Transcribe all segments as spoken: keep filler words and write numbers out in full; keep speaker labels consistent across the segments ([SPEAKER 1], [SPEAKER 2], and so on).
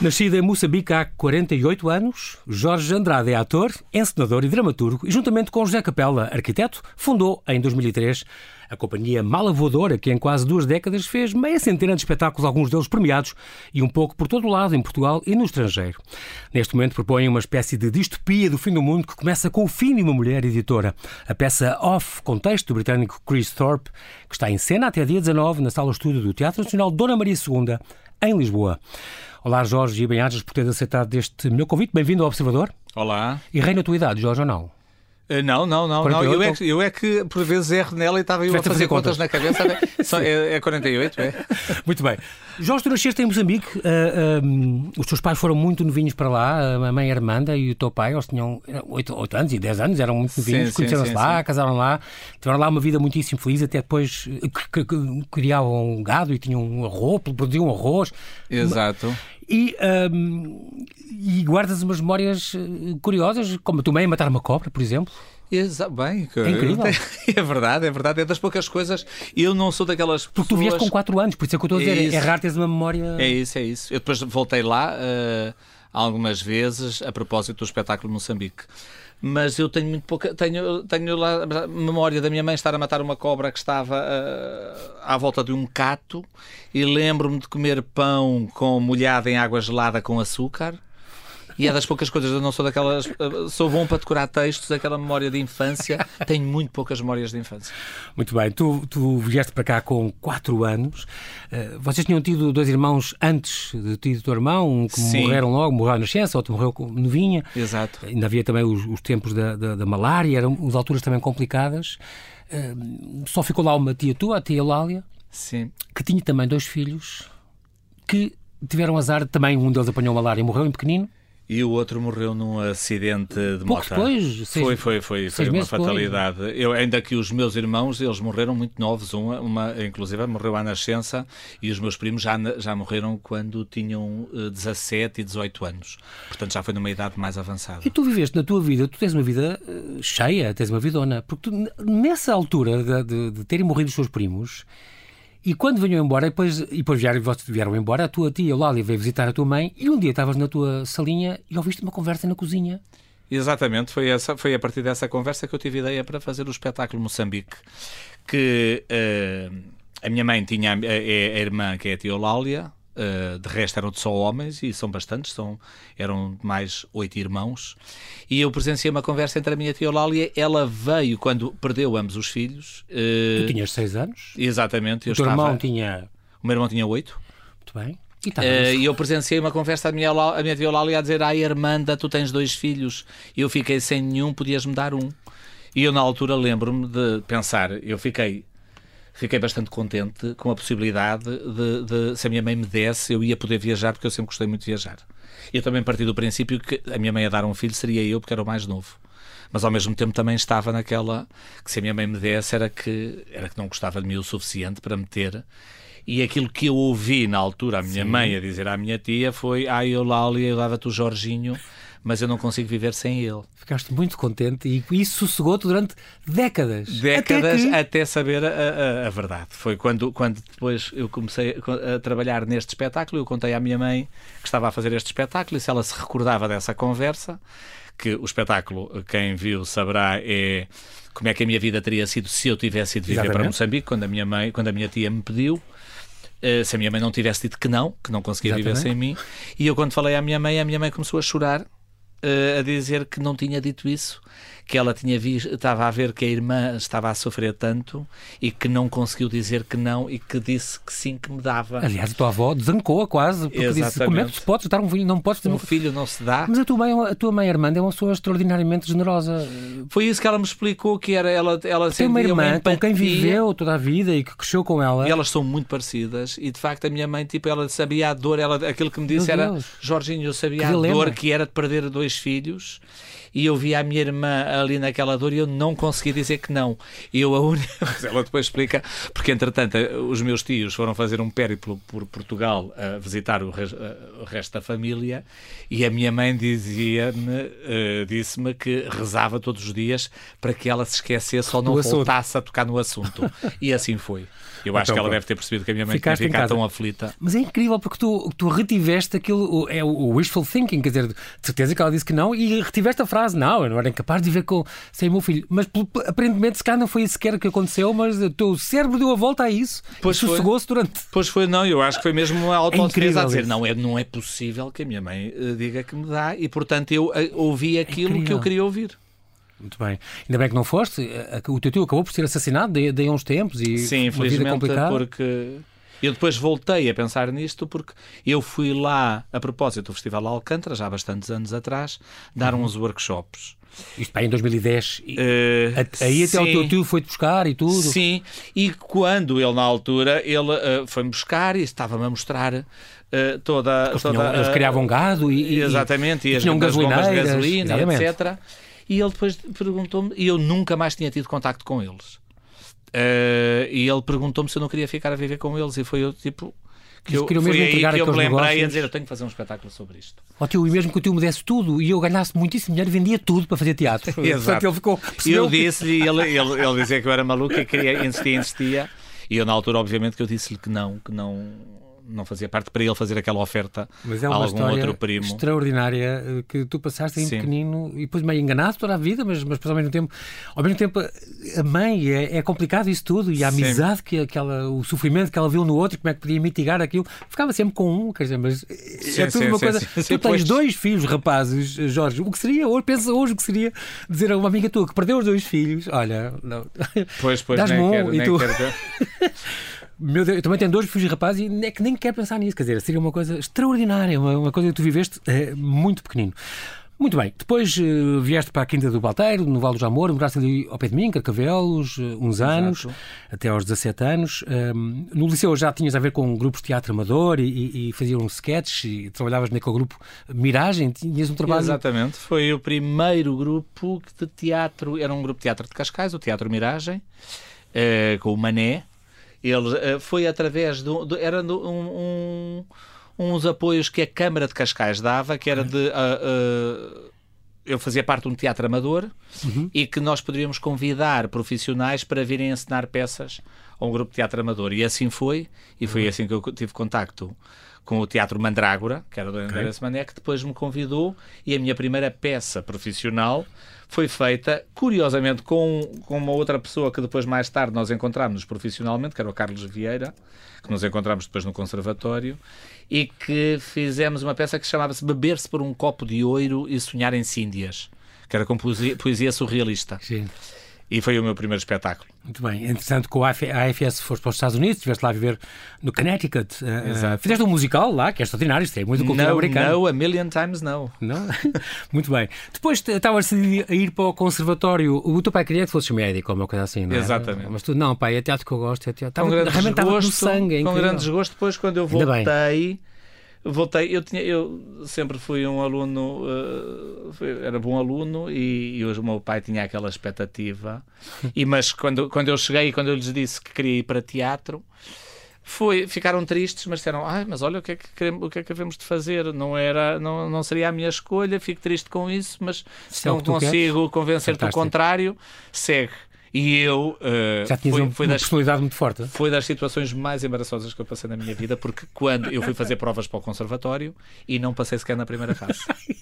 [SPEAKER 1] Nascido em Moçambique há quarenta e oito anos, Jorge Andrade é ator, encenador e dramaturgo e, juntamente com José Capela, arquiteto, fundou em dois mil e três a companhia Mala Voadora, que em quase duas décadas fez meia centena de espetáculos, alguns deles premiados, e um pouco por todo o lado, em Portugal e no estrangeiro. Neste momento propõe uma espécie de distopia do fim do mundo que começa com o fim de uma mulher editora. A peça Off, com texto do britânico Chris Thorpe, que está em cena até dia dezanove na Sala Estúdio do Teatro Nacional Dona Maria segunda, em Lisboa. Olá, Jorge, e bem-ajas por teres aceitado este meu convite. Bem-vindo ao Observador.
[SPEAKER 2] Olá.
[SPEAKER 1] E reina a tua idade, Jorge, ou não?
[SPEAKER 2] Uh, não, não, não. não. Eu, é que, eu é que, por vezes, erro nela e estava eu a fazer, fazer contas. contas na cabeça. Né? Só, é, é quarenta e oito, é?
[SPEAKER 1] Muito bem. Jorge, tu nasceste em Moçambique. Uh, um, os teus pais foram muito novinhos para lá. A mãe Armanda e o teu pai, eles tinham oito anos e dez anos, eram muito novinhos. Conheceram-se lá, sim. Casaram lá. Tiveram lá uma vida muitíssimo feliz. Até depois criavam gado e tinham um arroz, produziam arroz.
[SPEAKER 2] Exato.
[SPEAKER 1] E, um, e guardas umas memórias curiosas, como a tua mãe a matar uma cobra, por exemplo.
[SPEAKER 2] Exa bem,
[SPEAKER 1] é incrível.
[SPEAKER 2] É verdade, é verdade. É das poucas coisas. Eu não sou daquelas pessoas...
[SPEAKER 1] Porque tu vieste com quatro anos, por isso é que eu estou a dizer. É, é raro teres uma memória...
[SPEAKER 2] É isso, é isso. Eu depois voltei lá uh, algumas vezes a propósito do espetáculo de Moçambique. Mas eu tenho muito pouca... Tenho, tenho lá a memória da minha mãe estar a matar uma cobra que estava uh, à volta de um cato, e lembro-me de comer pão com molhado em água gelada com açúcar. E é das poucas coisas, eu não sou daquelas... Sou bom para decorar textos, aquela memória de infância. Tenho muito poucas memórias de infância.
[SPEAKER 1] Muito bem. Tu, tu vieste para cá com quatro anos. Uh, vocês tinham tido dois irmãos antes de ti e do teu irmão, um que Sim. morreram logo, morreu à nascença, outro morreu novinha.
[SPEAKER 2] Exato.
[SPEAKER 1] Ainda havia também os, os tempos da, da, da malária, eram as alturas também complicadas. Uh, só ficou lá uma tia tua, a tia Eulália,
[SPEAKER 2] Sim.
[SPEAKER 1] que tinha também dois filhos que tiveram azar. Também um deles apanhou malária e morreu em pequenino.
[SPEAKER 2] E o outro morreu num acidente de moto.
[SPEAKER 1] Depois? Seis,
[SPEAKER 2] foi, foi, foi. Foi uma fatalidade. Depois. Eu, ainda que os meus irmãos, eles morreram muito novos. Uma, uma inclusive, morreu à nascença, e os meus primos já, já morreram quando tinham dezassete e dezoito anos. Portanto, já foi numa idade mais avançada.
[SPEAKER 1] E tu viveste na tua vida, tu tens uma vida cheia, tens uma vidona. Porque tu, nessa altura de, de, de terem morrido os teus primos... E quando venham embora, e depois, e depois vieram, vieram embora, a tua tia Eulália veio visitar a tua mãe, e um dia estavas na tua salinha e ouviste uma conversa na cozinha.
[SPEAKER 2] Exatamente, foi, essa, foi a partir dessa conversa que eu tive ideia para fazer o espetáculo Moçambique. Que uh, a minha mãe tinha a, a, a irmã, que é a tia Eulália, uh, de resto eram só homens, e são bastantes, são, eram mais oito irmãos. E eu presenciei uma conversa entre a minha tia Eulália. Ela veio quando perdeu ambos os filhos.
[SPEAKER 1] Uh, tu tinhas seis anos?
[SPEAKER 2] Exatamente. Eu
[SPEAKER 1] o teu
[SPEAKER 2] estava...
[SPEAKER 1] irmão tinha...
[SPEAKER 2] O meu irmão tinha oito.
[SPEAKER 1] Muito bem.
[SPEAKER 2] E uh, eu presenciei uma conversa da minha, a minha tia Eulália a dizer: ai, Armanda, tu tens dois filhos. Eu fiquei sem nenhum, podias-me dar um. E eu na altura lembro-me de pensar, eu fiquei... Fiquei bastante contente com a possibilidade de, de, se a minha mãe me desse, eu ia poder viajar, porque eu sempre gostei muito de viajar. Eu também parti do princípio que a minha mãe a dar um filho seria eu, porque era o mais novo. Mas ao mesmo tempo também estava naquela que se a minha mãe me desse era que, era que não gostava de mim o suficiente para me ter. E aquilo que eu ouvi na altura a minha Sim. mãe a dizer à minha tia foi: ai, Eulália, eu dava-te o Jorginho, mas eu não consigo viver sem ele.
[SPEAKER 1] Ficaste muito contente, e isso sossegou-te durante décadas.
[SPEAKER 2] Décadas
[SPEAKER 1] até, que...
[SPEAKER 2] até saber a, a, a verdade. Foi quando, quando depois eu comecei a trabalhar neste espetáculo, eu contei à minha mãe que estava a fazer este espetáculo, e se ela se recordava dessa conversa, que o espetáculo, quem viu saberá, é como é que a minha vida teria sido se eu tivesse ido viver Exatamente. Para Moçambique, quando a minha mãe, quando a minha tia me pediu. Uh, se a minha mãe não tivesse dito que não, que não conseguia Exatamente. Viver sem mim. E eu, quando falei à minha mãe, a minha mãe começou a chorar, Uh, a dizer que não tinha dito isso, que ela tinha visto, estava a ver que a irmã estava a sofrer tanto e que não conseguiu dizer que não, e que disse que sim, que me dava.
[SPEAKER 1] Aliás, a tua avó desancou-a quase, porque
[SPEAKER 2] Exatamente.
[SPEAKER 1] Disse: como é que tu podes dar um filho? Não podes ter
[SPEAKER 2] um
[SPEAKER 1] um
[SPEAKER 2] filho, não se dá.
[SPEAKER 1] Mas a tua mãe, a tua mãe Armanda é uma pessoa extraordinariamente generosa.
[SPEAKER 2] Foi isso que ela me explicou, que era ela, ela
[SPEAKER 1] tem uma irmã uma com quem viveu toda a vida e que cresceu com ela.
[SPEAKER 2] E elas são muito parecidas, e de facto a minha mãe, tipo, ela sabia a dor, ela, aquilo que me disse Meu era Deus. Jorginho, eu sabia que a dilema. Dor que era de perder dois filhos. e eu via a minha irmã ali naquela dor e eu não conseguia dizer que não. E eu a única... Mas ela depois explica, porque entretanto os meus tios foram fazer um périplo por Portugal a visitar o, res... o resto da família e a minha mãe dizia-me, uh, disse-me que rezava todos os dias para que ela se esquecesse ou não voltasse a tocar no assunto. E assim foi. Eu acho então, que ela deve ter percebido que a minha mãe tinha ficado tão aflita.
[SPEAKER 1] Mas é incrível porque tu, tu retiveste aquilo, é o wishful thinking, quer dizer, de certeza que ela disse que não e retiveste a frase, não, eu não era incapaz de viver com, sem o meu filho. Mas aparentemente se calhar não foi isso sequer que aconteceu, mas o teu cérebro deu a volta a isso pois e sossegou-se durante...
[SPEAKER 2] Pois foi, não, eu acho que foi mesmo uma autodefesa é a dizer, não é, não é possível que a minha mãe uh, diga que me dá e portanto eu uh, ouvi aquilo é que eu queria ouvir.
[SPEAKER 1] Muito bem. Ainda bem que não foste. O teu tio acabou por ser assassinado de, de há uns tempos e
[SPEAKER 2] sim,
[SPEAKER 1] uma vida complicada.
[SPEAKER 2] Porque eu depois voltei a pensar nisto porque eu fui lá, a propósito do Festival Alcântara, já há bastantes anos atrás, dar uhum. uns workshops.
[SPEAKER 1] Isto bem, em dois mil e dez. Uh, aí até sim. O teu tio foi-te buscar e tudo.
[SPEAKER 2] Sim, e quando ele, na altura, ele uh, foi-me buscar e estava-me a mostrar uh, toda...
[SPEAKER 1] Eles,
[SPEAKER 2] toda
[SPEAKER 1] tinham, uh, eles criavam gado e...
[SPEAKER 2] Exatamente, e, e
[SPEAKER 1] as bombas de
[SPEAKER 2] gasolina, etcétera. E ele depois perguntou-me, e eu nunca mais tinha tido contacto com eles. Uh, e ele perguntou-me se eu não queria ficar a viver com eles, e foi eu, tipo, que eu, foi aí que eu me lembrei negócios. A dizer, eu tenho que fazer um espetáculo sobre isto.
[SPEAKER 1] Ó tio, e mesmo que o tio me desse tudo e eu ganhasse muitíssimo dinheiro, vendia tudo para fazer teatro.
[SPEAKER 2] Exato.
[SPEAKER 1] Ele ficou,
[SPEAKER 2] e eu disse-lhe, e ele, ele, ele dizia que eu era maluco e queria, insistia, insistia, e eu na altura, obviamente, que eu disse-lhe que não, que não... não fazia parte para ele fazer aquela oferta
[SPEAKER 1] mas é
[SPEAKER 2] a
[SPEAKER 1] uma
[SPEAKER 2] algum outro primo.
[SPEAKER 1] Extraordinária que tu passaste em Sim. pequenino e depois meio enganado toda a vida, mas, mas ao mesmo tempo, ao mesmo tempo a mãe, é, é complicado isso tudo e a Sim. amizade, que, que ela, o sofrimento que ela viu no outro, como é que podia mitigar aquilo, ficava sempre com um, quer dizer, mas sim, é tudo sim, uma sim, coisa. Sim, sim, tu sim, tens pois... dois filhos rapazes, Jorge, o que seria hoje, pensa hoje o que seria dizer a uma amiga tua que perdeu os dois filhos, olha, não.
[SPEAKER 2] Pois, pois,
[SPEAKER 1] dás-me
[SPEAKER 2] nem
[SPEAKER 1] um
[SPEAKER 2] quero,
[SPEAKER 1] e
[SPEAKER 2] nem
[SPEAKER 1] tu...
[SPEAKER 2] quero.
[SPEAKER 1] Meu Deus, eu também tenho dois filhos de rapaz e é que nem quero pensar nisso, quer dizer, seria uma coisa extraordinária, uma, uma coisa que tu viveste é, muito pequenino. Muito bem, depois uh, vieste para a Quinta do Balteiro, no Val do Jamor, moraste ali ao pé de mim, Carcavelos, uh, uns anos, Exato. Até aos dezassete anos. Um, no liceu já tinhas a ver com grupos de teatro amador e, e, e faziam um sketches e trabalhavas naquele grupo Miragem, tinhas um trabalho...
[SPEAKER 2] Exatamente, foi o primeiro grupo de teatro, era um grupo de teatro de Cascais, o Teatro Miragem, uh, com o Mané. Ele uh, foi através de, de era de um, um, uns apoios que a Câmara de Cascais dava, que era de uh, uh, eu fazia parte de um teatro amador uhum. e que nós poderíamos convidar profissionais para virem encenar peças a um grupo de teatro amador, e assim foi, e foi uhum. assim que eu tive contacto com o Teatro Mandrágora, que era do André okay. Mané, que depois me convidou, e a minha primeira peça profissional foi feita, curiosamente, com, com uma outra pessoa que depois, mais tarde, nós encontramos profissionalmente, que era o Carlos Vieira, que nos encontramos depois no Conservatório, e que fizemos uma peça que chamava-se Beber-se por um copo de ouro e sonhar em Síndias, que era com poesia, poesia surrealista.
[SPEAKER 1] Sim.
[SPEAKER 2] E foi o meu primeiro espetáculo.
[SPEAKER 1] Muito bem. Entretanto, com a A F S foste para os Estados Unidos, estiveste lá a viver no Connecticut. Uh, fizeste um musical lá, que é extraordinário, isto é muito cultura
[SPEAKER 2] no,
[SPEAKER 1] americana.
[SPEAKER 2] Não, a million times não.
[SPEAKER 1] Não? Muito bem. Depois estavas a ir para o conservatório. O teu pai queria que fosses médico ou uma coisa assim, não é?
[SPEAKER 2] Exatamente.
[SPEAKER 1] Mas tu, não, pai, é teatro que eu gosto. É teatro.
[SPEAKER 2] Com
[SPEAKER 1] Estava,
[SPEAKER 2] grande desgosto,
[SPEAKER 1] no sangue. É
[SPEAKER 2] com grande desgosto, depois quando eu voltei... Voltei, eu, tinha, eu sempre fui um aluno, uh, fui, era bom aluno e, e hoje o meu pai tinha aquela expectativa, e, mas quando, quando eu cheguei e quando eu lhes disse que queria ir para teatro, foi, ficaram tristes, mas disseram, ah, mas olha o que é que, queremos, o que, é que havemos de fazer, não, era, não, não seria a minha escolha, fico triste com isso, mas se não consigo convencer-te o contrário, segue. E eu... Uh,
[SPEAKER 1] Já tinhas
[SPEAKER 2] foi,
[SPEAKER 1] uma,
[SPEAKER 2] foi
[SPEAKER 1] uma
[SPEAKER 2] das,
[SPEAKER 1] personalidade muito forte.
[SPEAKER 2] Foi das situações mais embaraçosas que eu passei na minha vida, porque quando eu fui fazer provas para o conservatório e não passei sequer na primeira fase.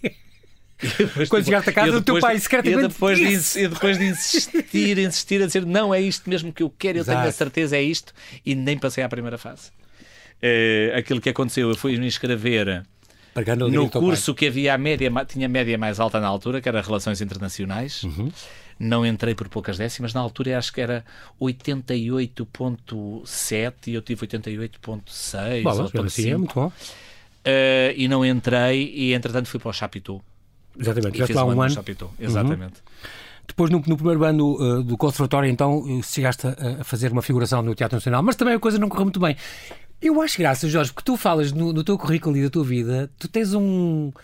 [SPEAKER 1] Depois, quando chegaste a casa, o teu pai secretamente...
[SPEAKER 2] E depois, de, e depois de insistir, insistir a dizer não, é isto mesmo que eu quero, eu Exato. Tenho a certeza, é isto, e nem passei à primeira fase. Uh, aquilo que aconteceu, eu fui me inscrever... No curso que havia a média, tinha a média mais alta na altura, que era Relações Internacionais. Uhum. Não entrei por poucas décimas. Na altura acho que era oitenta e oito vírgula sete e eu tive oitenta e oito vírgula seis.
[SPEAKER 1] Bom, ou assim, é muito bom.
[SPEAKER 2] Uh, e não entrei e entretanto fui para o Chapitou.
[SPEAKER 1] Exatamente,
[SPEAKER 2] já
[SPEAKER 1] lá um ano.
[SPEAKER 2] Chapitou. Exatamente.
[SPEAKER 1] Uhum. Depois, no, no primeiro ano uh, do conservatório, então, chegaste a, a fazer uma figuração no Teatro Nacional, mas também a coisa não correu muito bem. Eu acho graça, Jorge, porque tu falas no, no teu currículo e da tua vida, tu tens um,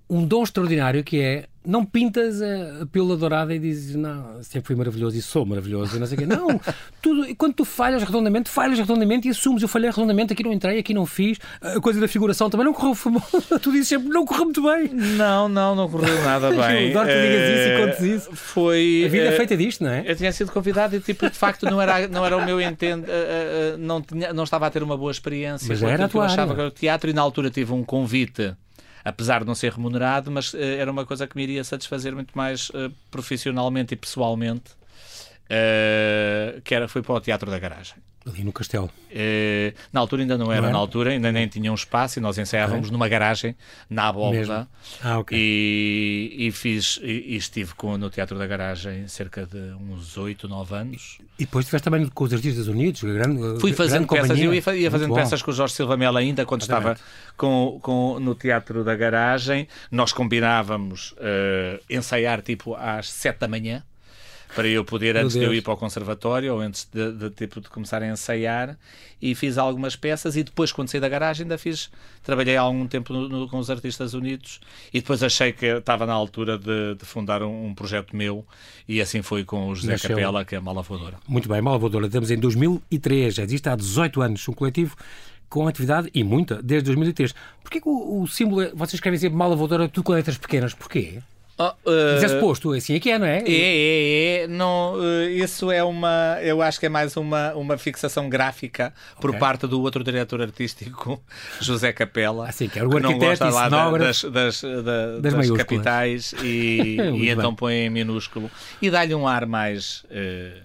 [SPEAKER 1] um dom extraordinário que é, não pintas a, a pílula dourada e dizes, não, sempre fui maravilhoso e sou maravilhoso e não sei o quê. Não, tudo, quando tu falhas redondamente, falhas redondamente e assumes, eu falhei redondamente, aqui não entrei, aqui não fiz, a coisa da figuração também não correu, tu dizes sempre, não correu muito bem.
[SPEAKER 2] Não, não, não correu nada bem.
[SPEAKER 1] Eu adoro que digas isso e contes isso.
[SPEAKER 2] Foi,
[SPEAKER 1] a vida é
[SPEAKER 2] uh,
[SPEAKER 1] feita disto, não é?
[SPEAKER 2] Eu tinha sido convidado e, tipo, de facto, não era, não era o meu entendo, uh, uh, não, tinha, não estava a ter uma boa experiência.
[SPEAKER 1] Mas era a tua
[SPEAKER 2] eu achava
[SPEAKER 1] área.
[SPEAKER 2] que era o teatro e na altura tive um convite, apesar de não ser remunerado, mas uh, era uma coisa que me iria satisfazer muito mais uh, profissionalmente e pessoalmente, uh, que era, foi para o Teatro da Garagem.
[SPEAKER 1] Ali no Castelo.
[SPEAKER 2] Uh, na altura ainda não era, não era, na altura ainda nem tinha um espaço e nós ensaiávamos okay. numa garagem, na abóbada,
[SPEAKER 1] ah, okay.
[SPEAKER 2] e, e, fiz, e, e estive com, no Teatro da Garagem cerca de uns oito, nove anos.
[SPEAKER 1] E depois estiveste também com os Artistas Unidos? Grande,
[SPEAKER 2] Fui fazendo
[SPEAKER 1] grande
[SPEAKER 2] peças,
[SPEAKER 1] companhia.
[SPEAKER 2] eu ia, ia fazendo
[SPEAKER 1] Muito
[SPEAKER 2] peças
[SPEAKER 1] bom.
[SPEAKER 2] com o Jorge Silva Melo ainda quando
[SPEAKER 1] Exatamente.
[SPEAKER 2] estava com, com, no Teatro da Garagem. Nós combinávamos uh, ensaiar tipo às sete da manhã, para eu poder, antes de eu ir para o conservatório ou antes de, de, tipo, de começar a ensaiar, e fiz algumas peças e depois, quando saí da garagem, ainda fiz, trabalhei há algum tempo no, no, com os Artistas Unidos e depois achei que estava na altura de, de fundar um, um projeto meu e assim foi com o José
[SPEAKER 1] Nasceu.
[SPEAKER 2] Capela, que é a Mala Voadora.
[SPEAKER 1] Muito bem, Mala Voadora, estamos em dois mil e três, já existe há dezoito anos, um coletivo com atividade, e muita, desde dois mil e três. Porquê que o, o símbolo, é, vocês escrevem sempre Mala Voadora, tudo com letras pequenas, porquê?
[SPEAKER 2] Oh, uh...
[SPEAKER 1] Mas é suposto, assim é que é, não é?
[SPEAKER 2] É, é, é. Não, uh, isso é uma, eu acho que é mais uma, uma fixação gráfica por okay. parte do outro diretor artístico, José Capela,
[SPEAKER 1] assim, que, era o
[SPEAKER 2] que não gosta lá
[SPEAKER 1] da,
[SPEAKER 2] das, das, da, das, das capitais e, e então põe em minúsculo e dá-lhe um ar mais... Uh...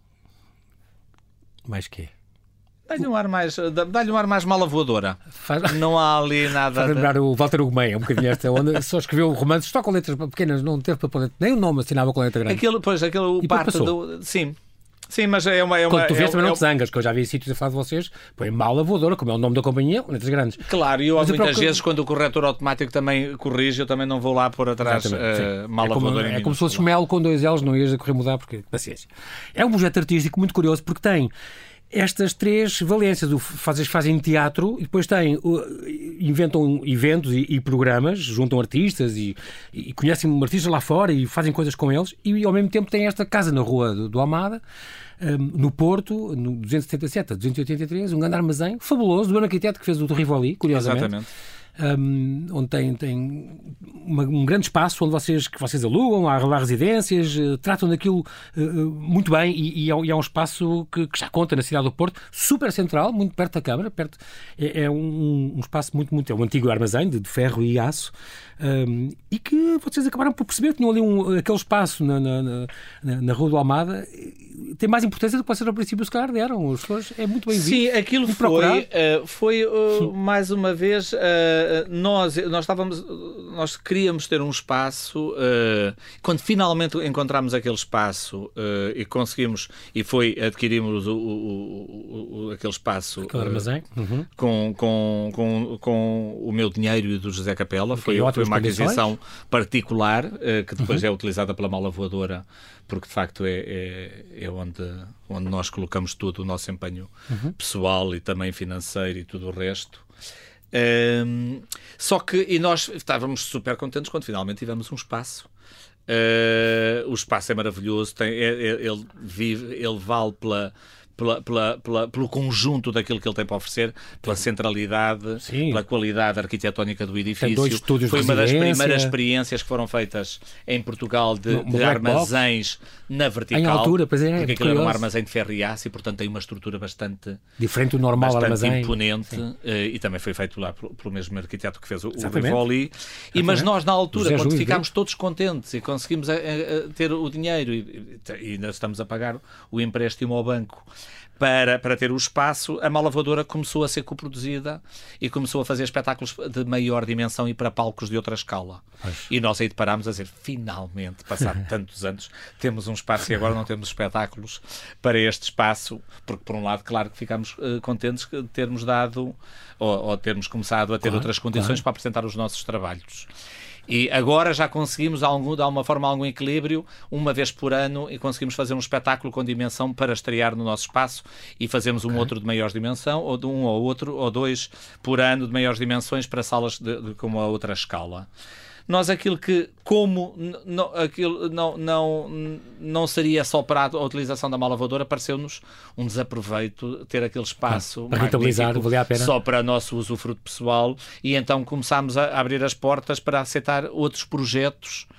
[SPEAKER 1] Mais quê?
[SPEAKER 2] Dá-lhe um ar mais, dá-lhe um ar mais Mala Voadora.
[SPEAKER 1] Faz...
[SPEAKER 2] Não há ali nada.
[SPEAKER 1] Faz lembrar de... o Walter Ugumem, um bocadinho esta onda, só escreveu romances só com letras pequenas, não teve para pôr, nem o nome assinava com letra grande.
[SPEAKER 2] Aquilo, pois, aquilo parte do. Sim. Sim, mas é uma. É uma
[SPEAKER 1] Quando tu vês
[SPEAKER 2] é,
[SPEAKER 1] também
[SPEAKER 2] é,
[SPEAKER 1] não te zangas, que eu já vi sítios a falar de vocês, põe Mala Voadora, como é o nome da companhia, letras grandes.
[SPEAKER 2] Claro, e eu
[SPEAKER 1] mas
[SPEAKER 2] muitas
[SPEAKER 1] procuro...
[SPEAKER 2] vezes, quando o corretor automático também corrige, eu também não vou lá por atrás uh, Mala
[SPEAKER 1] é como,
[SPEAKER 2] Voadora.
[SPEAKER 1] É como se fosse Melo com dois L's, não ias a correr mudar, porque paciência. É um projeto artístico muito curioso, porque tem estas três valências, o fazem, fazem teatro e depois têm, inventam eventos e, e programas, juntam artistas e, e conhecem artistas lá fora e fazem coisas com eles e ao mesmo tempo têm esta casa na rua do, do Almada, um, no Porto, no duzentos e setenta e sete a duzentos e oitenta e três, um grande armazém fabuloso, do mesmo arquiteto que fez o do Rivoli, curiosamente.
[SPEAKER 2] Exatamente.
[SPEAKER 1] Um, onde tem, tem uma, um grande espaço onde vocês, que vocês alugam, há, há residências, uh, tratam daquilo uh, muito bem e, e, é, e é um espaço que, que já conta na cidade do Porto, super central, muito perto da Câmara, perto, é, é um, um espaço muito, muito, é um antigo armazém de, de ferro e aço, um, e que vocês acabaram por perceber que tinham ali um, aquele espaço na, na, na, na Rua do Almada, tem mais importância do que vocês ao princípio se calhar deram, as pessoas, é muito bem visto.
[SPEAKER 2] Sim, aquilo foi, uh, foi uh, mais uma vez, uh, nós, nós estávamos, nós queríamos ter um espaço, uh, quando finalmente encontramos aquele espaço uh, e conseguimos, e foi, adquirimos o, o, o, aquele espaço
[SPEAKER 1] aquele armazém.
[SPEAKER 2] Uh,
[SPEAKER 1] uhum.
[SPEAKER 2] com, com, com, com o meu dinheiro e do José Capela, foi, foi uma aquisição particular, uh, que depois uhum. é utilizada pela Mala Voadora, porque de facto é, é, é onde, onde nós colocamos todo o nosso empenho uhum. pessoal e também financeiro e tudo o resto. Um, só que, e nós estávamos super contentes quando finalmente tivemos um espaço. Uh, o espaço é maravilhoso, tem, é, é, ele vive, ele vale pela... Pela, pela, pela, pelo conjunto daquilo que ele tem para oferecer, pela centralidade, Sim. pela qualidade arquitetónica do edifício. Foi uma das primeiras experiências que foram feitas em Portugal de, no, de armazéns box. Na vertical.
[SPEAKER 1] Em altura, pois é,
[SPEAKER 2] porque aquilo era um armazém de ferro e aço e, portanto, tem uma estrutura bastante
[SPEAKER 1] diferente do normal
[SPEAKER 2] bastante
[SPEAKER 1] armazém.
[SPEAKER 2] Imponente uh, e também foi feito lá pelo, pelo mesmo arquiteto que fez o, o Rivoli. E, mas nós, na altura, José quando Juiz, ficámos todos contentes e conseguimos a, a, a ter o dinheiro e, e ainda estamos a pagar o empréstimo ao banco Para, para ter o espaço, a Mala Voadora começou a ser coproduzida e começou a fazer espetáculos de maior dimensão e para palcos de outra escala. Pois. E nós aí deparámos a dizer, finalmente, passado tantos anos, temos um espaço e agora não temos espetáculos para este espaço, porque por um lado, claro que ficámos uh, contentes de termos dado ou, ou termos começado a ter claro, outras condições claro. Para apresentar os nossos trabalhos. E agora já conseguimos, algum, de alguma forma, algum equilíbrio, uma vez por ano, e conseguimos fazer um espetáculo com dimensão para estrear no nosso espaço e fazemos um okay. outro de maior dimensão, ou de um ou outro, ou dois por ano de maiores dimensões para salas de, de, com uma outra escala. nós aquilo que, como não, aquilo não, não, não seria só para a utilização da mala voadora, pareceu-nos um desaproveito ter aquele espaço
[SPEAKER 1] ah, para rentabilizar, valia a pena.
[SPEAKER 2] Só para nosso usufruto pessoal, e então começámos a abrir as portas para aceitar outros projetos,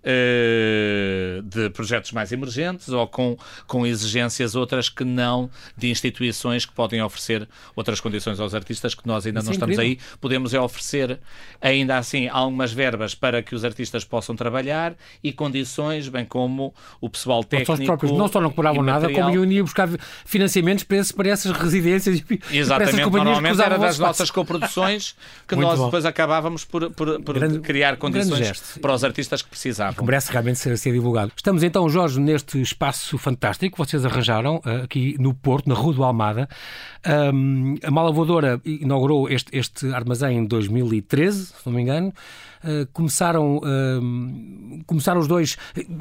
[SPEAKER 2] de projetos mais emergentes ou com, com exigências outras que não de instituições que podem oferecer outras condições aos artistas, que nós ainda
[SPEAKER 1] Isso
[SPEAKER 2] não
[SPEAKER 1] é
[SPEAKER 2] estamos
[SPEAKER 1] incrível.
[SPEAKER 2] aí. Podemos é oferecer ainda assim algumas verbas para que os artistas possam trabalhar e condições, bem como o pessoal técnico.
[SPEAKER 1] Os próprios não só não cobravam nada, como iam ir buscar financiamentos para, esse, para essas residências e
[SPEAKER 2] exatamente,
[SPEAKER 1] para essas companhias
[SPEAKER 2] normalmente
[SPEAKER 1] que
[SPEAKER 2] era das
[SPEAKER 1] espaço.
[SPEAKER 2] nossas coproduções que
[SPEAKER 1] Muito
[SPEAKER 2] nós
[SPEAKER 1] bom.
[SPEAKER 2] depois acabávamos por, por, por
[SPEAKER 1] grande,
[SPEAKER 2] criar condições para os artistas que precisavam.
[SPEAKER 1] Que merece realmente ser, ser divulgado. Estamos então, Jorge, neste espaço fantástico que vocês arranjaram uh, aqui no Porto, na Rua do Almada. Um, a Mala Voadora inaugurou este, este armazém em dois mil e treze, se não me engano. Uh, começaram, uh, começaram os dois.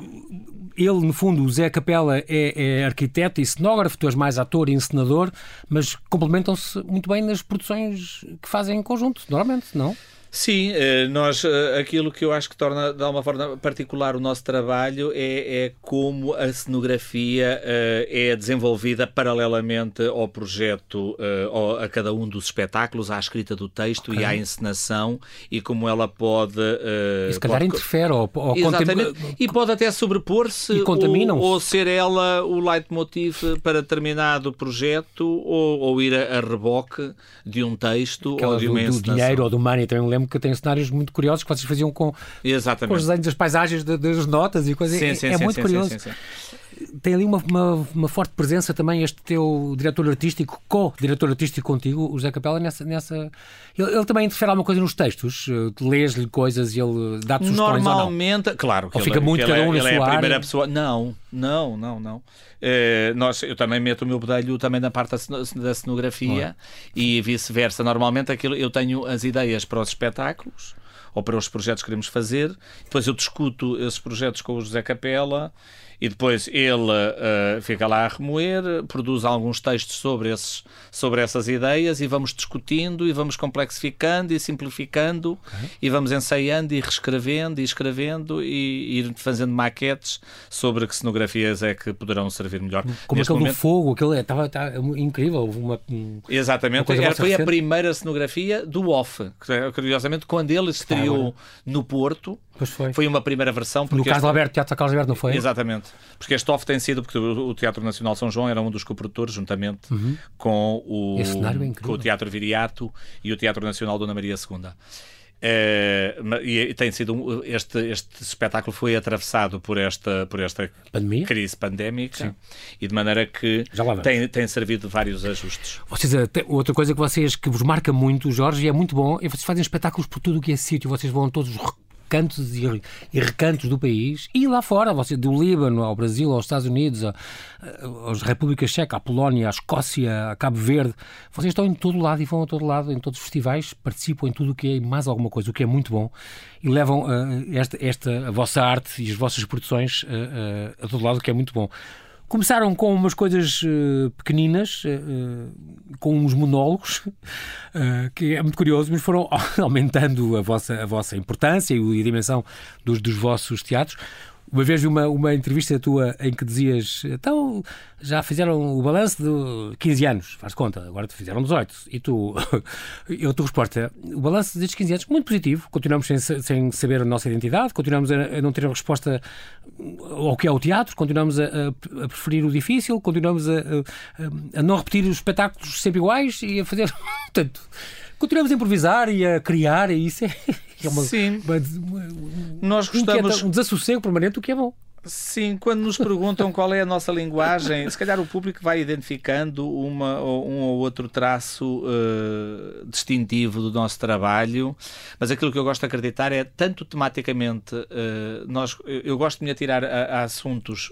[SPEAKER 1] Ele, no fundo, o Zé Capela, é, é arquiteto e cenógrafo, tu és mais ator e encenador, mas complementam-se muito bem nas produções que fazem em conjunto, normalmente, não?
[SPEAKER 2] Sim, nós, aquilo que eu acho que torna de alguma forma particular o nosso trabalho é, é como a cenografia é desenvolvida paralelamente ao projeto, a cada um dos espetáculos, à escrita do texto, okay, e à encenação, e como ela pode...
[SPEAKER 1] E se calhar
[SPEAKER 2] pode...
[SPEAKER 1] interfere ou, ou
[SPEAKER 2] Exatamente,
[SPEAKER 1] contem...
[SPEAKER 2] e pode até sobrepor-se ou, ou ser ela o leitmotiv para determinado projeto, ou, ou ir a, a reboque de um texto.
[SPEAKER 1] Aquela
[SPEAKER 2] ou de uma
[SPEAKER 1] do,
[SPEAKER 2] encenação.
[SPEAKER 1] Do dinheiro ou do money, também lembro que tem cenários muito curiosos que vocês faziam com, com os desenhos das paisagens, das notas e coisas.
[SPEAKER 2] Sim,
[SPEAKER 1] é
[SPEAKER 2] sim,
[SPEAKER 1] é
[SPEAKER 2] sim,
[SPEAKER 1] muito
[SPEAKER 2] sim,
[SPEAKER 1] curioso.
[SPEAKER 2] Sim, sim, sim.
[SPEAKER 1] Tem ali uma, uma, uma forte presença também este teu diretor artístico, co-diretor artístico contigo, o José Capela, nessa... nessa... Ele, ele também interfere alguma coisa nos textos? Lês-lhe coisas e ele dá-te sugestões?
[SPEAKER 2] Normalmente, claro. Que
[SPEAKER 1] ou fica
[SPEAKER 2] ele,
[SPEAKER 1] muito
[SPEAKER 2] que
[SPEAKER 1] cada
[SPEAKER 2] ele,
[SPEAKER 1] um na
[SPEAKER 2] ele
[SPEAKER 1] sua
[SPEAKER 2] é a primeira
[SPEAKER 1] área?
[SPEAKER 2] pessoa. Não, não, não, não. Uh, nós, eu também meto o meu bedelho também na parte da cenografia, e vice-versa. Normalmente aquilo, eu tenho as ideias para os espetáculos ou para os projetos que queremos fazer, depois eu discuto esses projetos com o José Capela, e depois ele uh, fica lá a remoer, produz alguns textos sobre, esses, sobre essas ideias, e vamos discutindo e vamos complexificando e simplificando, okay, e vamos ensaiando e reescrevendo e escrevendo e ir fazendo maquetes sobre que cenografias é que poderão servir melhor.
[SPEAKER 1] Como
[SPEAKER 2] Neste
[SPEAKER 1] aquele
[SPEAKER 2] momento...
[SPEAKER 1] do fogo, aquele estava incrível. Uma, um,
[SPEAKER 2] Exatamente,
[SPEAKER 1] uma
[SPEAKER 2] era, foi
[SPEAKER 1] recente.
[SPEAKER 2] A primeira cenografia do Off, que, curiosamente, quando ele estreou no Porto.
[SPEAKER 1] Pois foi.
[SPEAKER 2] Foi uma primeira versão.
[SPEAKER 1] No Carlos
[SPEAKER 2] este...
[SPEAKER 1] Alberto, Teatro Carlos Alberto, não foi?
[SPEAKER 2] Exatamente. Porque este off tem sido, porque o Teatro Nacional São João era um dos coprodutores, juntamente
[SPEAKER 1] uhum.
[SPEAKER 2] com, o,
[SPEAKER 1] é
[SPEAKER 2] com o Teatro Viriato e o Teatro Nacional Dona Maria segunda. Uh, e tem sido um, este, este espetáculo foi atravessado por esta, por esta
[SPEAKER 1] Pandemia?
[SPEAKER 2] crise pandémica. Sim. E de maneira que tem, tem servido vários ajustes.
[SPEAKER 1] Vocês, outra coisa que vocês que vos marca muito, Jorge, e é muito bom, é vocês fazem espetáculos por tudo o que é sítio. Vocês vão a todos os cantos e, e recantos do país e lá fora, vocês, do Líbano ao Brasil, aos Estados Unidos, a, a, às Repúblicas Checa, à Polónia, à Escócia, a Cabo Verde. Vocês estão em todo lado e vão a todo lado, em todos os festivais, participam em tudo o que é mais alguma coisa, o que é muito bom, e levam uh, esta, esta, a vossa arte e as vossas produções uh, uh, a todo lado, o que é muito bom. Começaram com umas coisas uh, pequeninas, uh, com uns monólogos, uh, que é muito curioso, mas foram aumentando a vossa, a vossa importância e a dimensão dos, dos vossos teatros. Uma vez vi uma, uma entrevista tua em que dizias, então, já fizeram o balanço de quinze anos, faz conta, agora fizeram dezoito. E tu, eu te resposta, o balanço destes quinze anos, muito positivo, continuamos sem, sem saber a nossa identidade, continuamos a, a não ter a resposta ao que é o teatro, continuamos a, a, a preferir o difícil, continuamos a, a, a não repetir os espetáculos sempre iguais e a fazer, portanto... Continuamos a improvisar e a criar, e isso é, é uma,
[SPEAKER 2] Sim.
[SPEAKER 1] Uma, uma,
[SPEAKER 2] Nós gostamos...
[SPEAKER 1] um desassossego permanente, o que é bom.
[SPEAKER 2] Sim, quando nos perguntam qual é a nossa linguagem, se calhar o público vai identificando uma, um ou outro traço uh, distintivo do nosso trabalho, mas aquilo que eu gosto de acreditar é, tanto tematicamente, uh, nós, eu gosto de me atirar a, a assuntos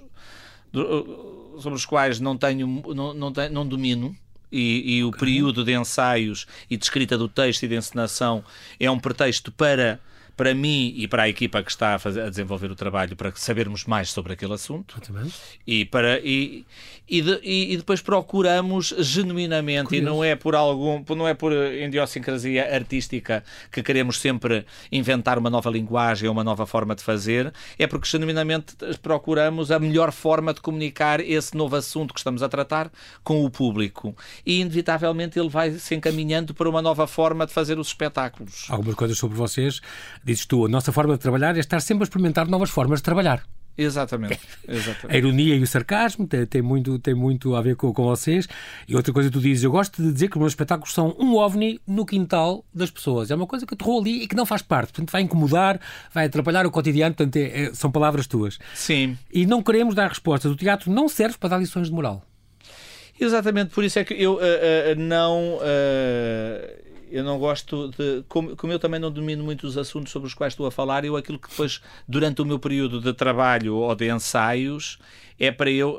[SPEAKER 2] do, sobre os quais não tenho, não, não, tenho, não domino. E, e o okay. período de ensaios e de escrita do texto e de encenação é um pretexto para para mim e para a equipa que está a, fazer, a desenvolver o trabalho, para sabermos mais sobre aquele assunto. E, para, e, e, de, e depois procuramos genuinamente, Curioso. e não é por algum, não é por idiosincrasia artística que queremos sempre inventar uma nova linguagem ou uma nova forma de fazer, é porque genuinamente procuramos a melhor forma de comunicar esse novo assunto que estamos a tratar com o público. E inevitavelmente ele vai se encaminhando para uma nova forma de fazer os espetáculos.
[SPEAKER 1] Algumas coisas sobre vocês. Dizes tu, a nossa forma de trabalhar é estar sempre a experimentar novas formas de trabalhar.
[SPEAKER 2] Exatamente. Exatamente.
[SPEAKER 1] A ironia e o sarcasmo tem, tem, muito, tem muito a ver com, com vocês. E outra coisa que tu dizes, eu gosto de dizer que os meus espetáculos são um ovni no quintal das pessoas. É uma coisa que aterrou ali e que não faz parte. Portanto, vai incomodar, vai atrapalhar o cotidiano. Portanto, é, é, são palavras tuas.
[SPEAKER 2] Sim.
[SPEAKER 1] E não queremos dar respostas. O teatro não serve para dar lições de moral.
[SPEAKER 2] Exatamente. Por isso é que eu uh, uh, não... Uh... Eu não gosto de... Como, como eu também não domino muito os assuntos sobre os quais estou a falar, eu aquilo que depois, durante o meu período de trabalho ou de ensaios, é para eu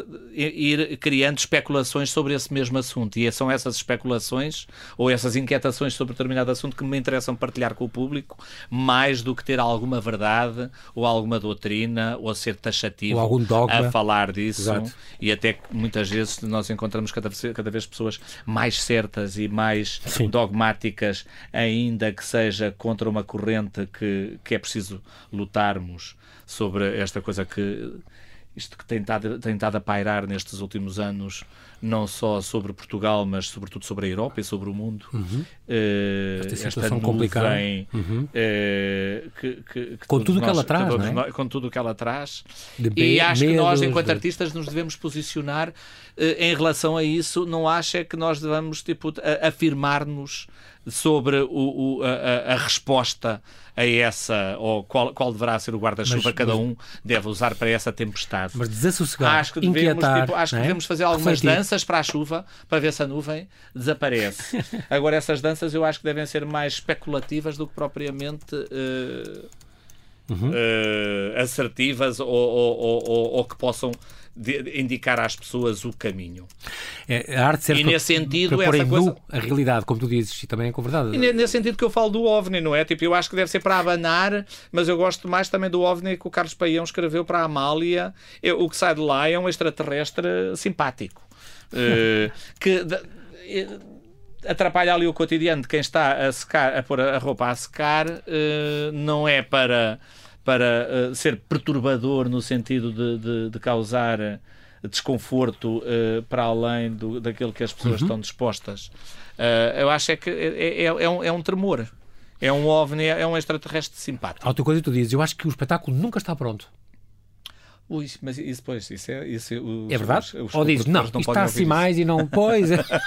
[SPEAKER 2] ir criando especulações sobre esse mesmo assunto. E são essas especulações ou essas inquietações sobre determinado assunto que me interessam partilhar com o público, mais do que ter alguma verdade ou alguma doutrina ou ser taxativo
[SPEAKER 1] ou algum dogma
[SPEAKER 2] a falar disso.
[SPEAKER 1] Exato.
[SPEAKER 2] E até que muitas vezes nós encontramos cada vez, cada vez pessoas mais certas e mais Sim. dogmáticas, ainda que seja contra uma corrente que, que é preciso lutarmos sobre esta coisa que... Isto que tem estado, tem estado a pairar nestes últimos anos, não só sobre Portugal, mas sobretudo sobre a Europa e sobre o mundo.
[SPEAKER 1] Uhum.
[SPEAKER 2] Uh,
[SPEAKER 1] esta situação complicada.
[SPEAKER 2] Uhum. Uh, que, que, que
[SPEAKER 1] com tudo o que
[SPEAKER 2] nós,
[SPEAKER 1] ela traz, não é?
[SPEAKER 2] nós, com tudo o que ela traz.
[SPEAKER 1] De
[SPEAKER 2] e acho
[SPEAKER 1] medos,
[SPEAKER 2] que nós, enquanto
[SPEAKER 1] de...
[SPEAKER 2] artistas, nos devemos posicionar uh, em relação a isso. Não acho é que nós devamos tipo, afirmar-nos sobre o, o, a, a resposta a essa, ou qual, qual deverá ser o guarda-chuva que cada um deve usar para essa tempestade.
[SPEAKER 1] Mas desassossegar,
[SPEAKER 2] acho que devemos,
[SPEAKER 1] inquietar,
[SPEAKER 2] tipo, acho que
[SPEAKER 1] é?
[SPEAKER 2] devemos fazer algumas
[SPEAKER 1] Refletir.
[SPEAKER 2] danças para a chuva, para ver se a nuvem desaparece. Agora, essas danças eu acho que devem ser mais especulativas do que propriamente uh, uhum. uh, assertivas ou, ou, ou, ou, ou que possam de indicar às pessoas o caminho.
[SPEAKER 1] É, a arte serve
[SPEAKER 2] e
[SPEAKER 1] para,
[SPEAKER 2] nesse sentido,
[SPEAKER 1] para pôr
[SPEAKER 2] essa
[SPEAKER 1] em
[SPEAKER 2] coisa...
[SPEAKER 1] nu a realidade, como tu dizes, e também é com verdade.
[SPEAKER 2] E nesse sentido que eu falo do OVNI, não é? Tipo, eu acho que deve ser para abanar, mas eu gosto mais também do OVNI que o Carlos Paião escreveu para a Amália. Eu, o que sai de lá é um extraterrestre simpático. uh, que... De, atrapalha ali o cotidiano de quem está a secar, a pôr a roupa a secar, uh, não é para... para uh, ser perturbador no sentido de, de, de causar uh, desconforto uh, para além do, daquilo que as pessoas uhum. estão dispostas. Uh, eu acho é que é, é, é, um, é um tremor. É um OVNI, é um extraterrestre simpático.
[SPEAKER 1] A outra coisa que tu dizes, eu acho que o espetáculo nunca está pronto.
[SPEAKER 2] Ui, mas isso, pois, isso é... Isso, os,
[SPEAKER 1] é verdade?
[SPEAKER 2] Os, os,
[SPEAKER 1] Ou dizes, não, não isto está assim mais e não... Pois...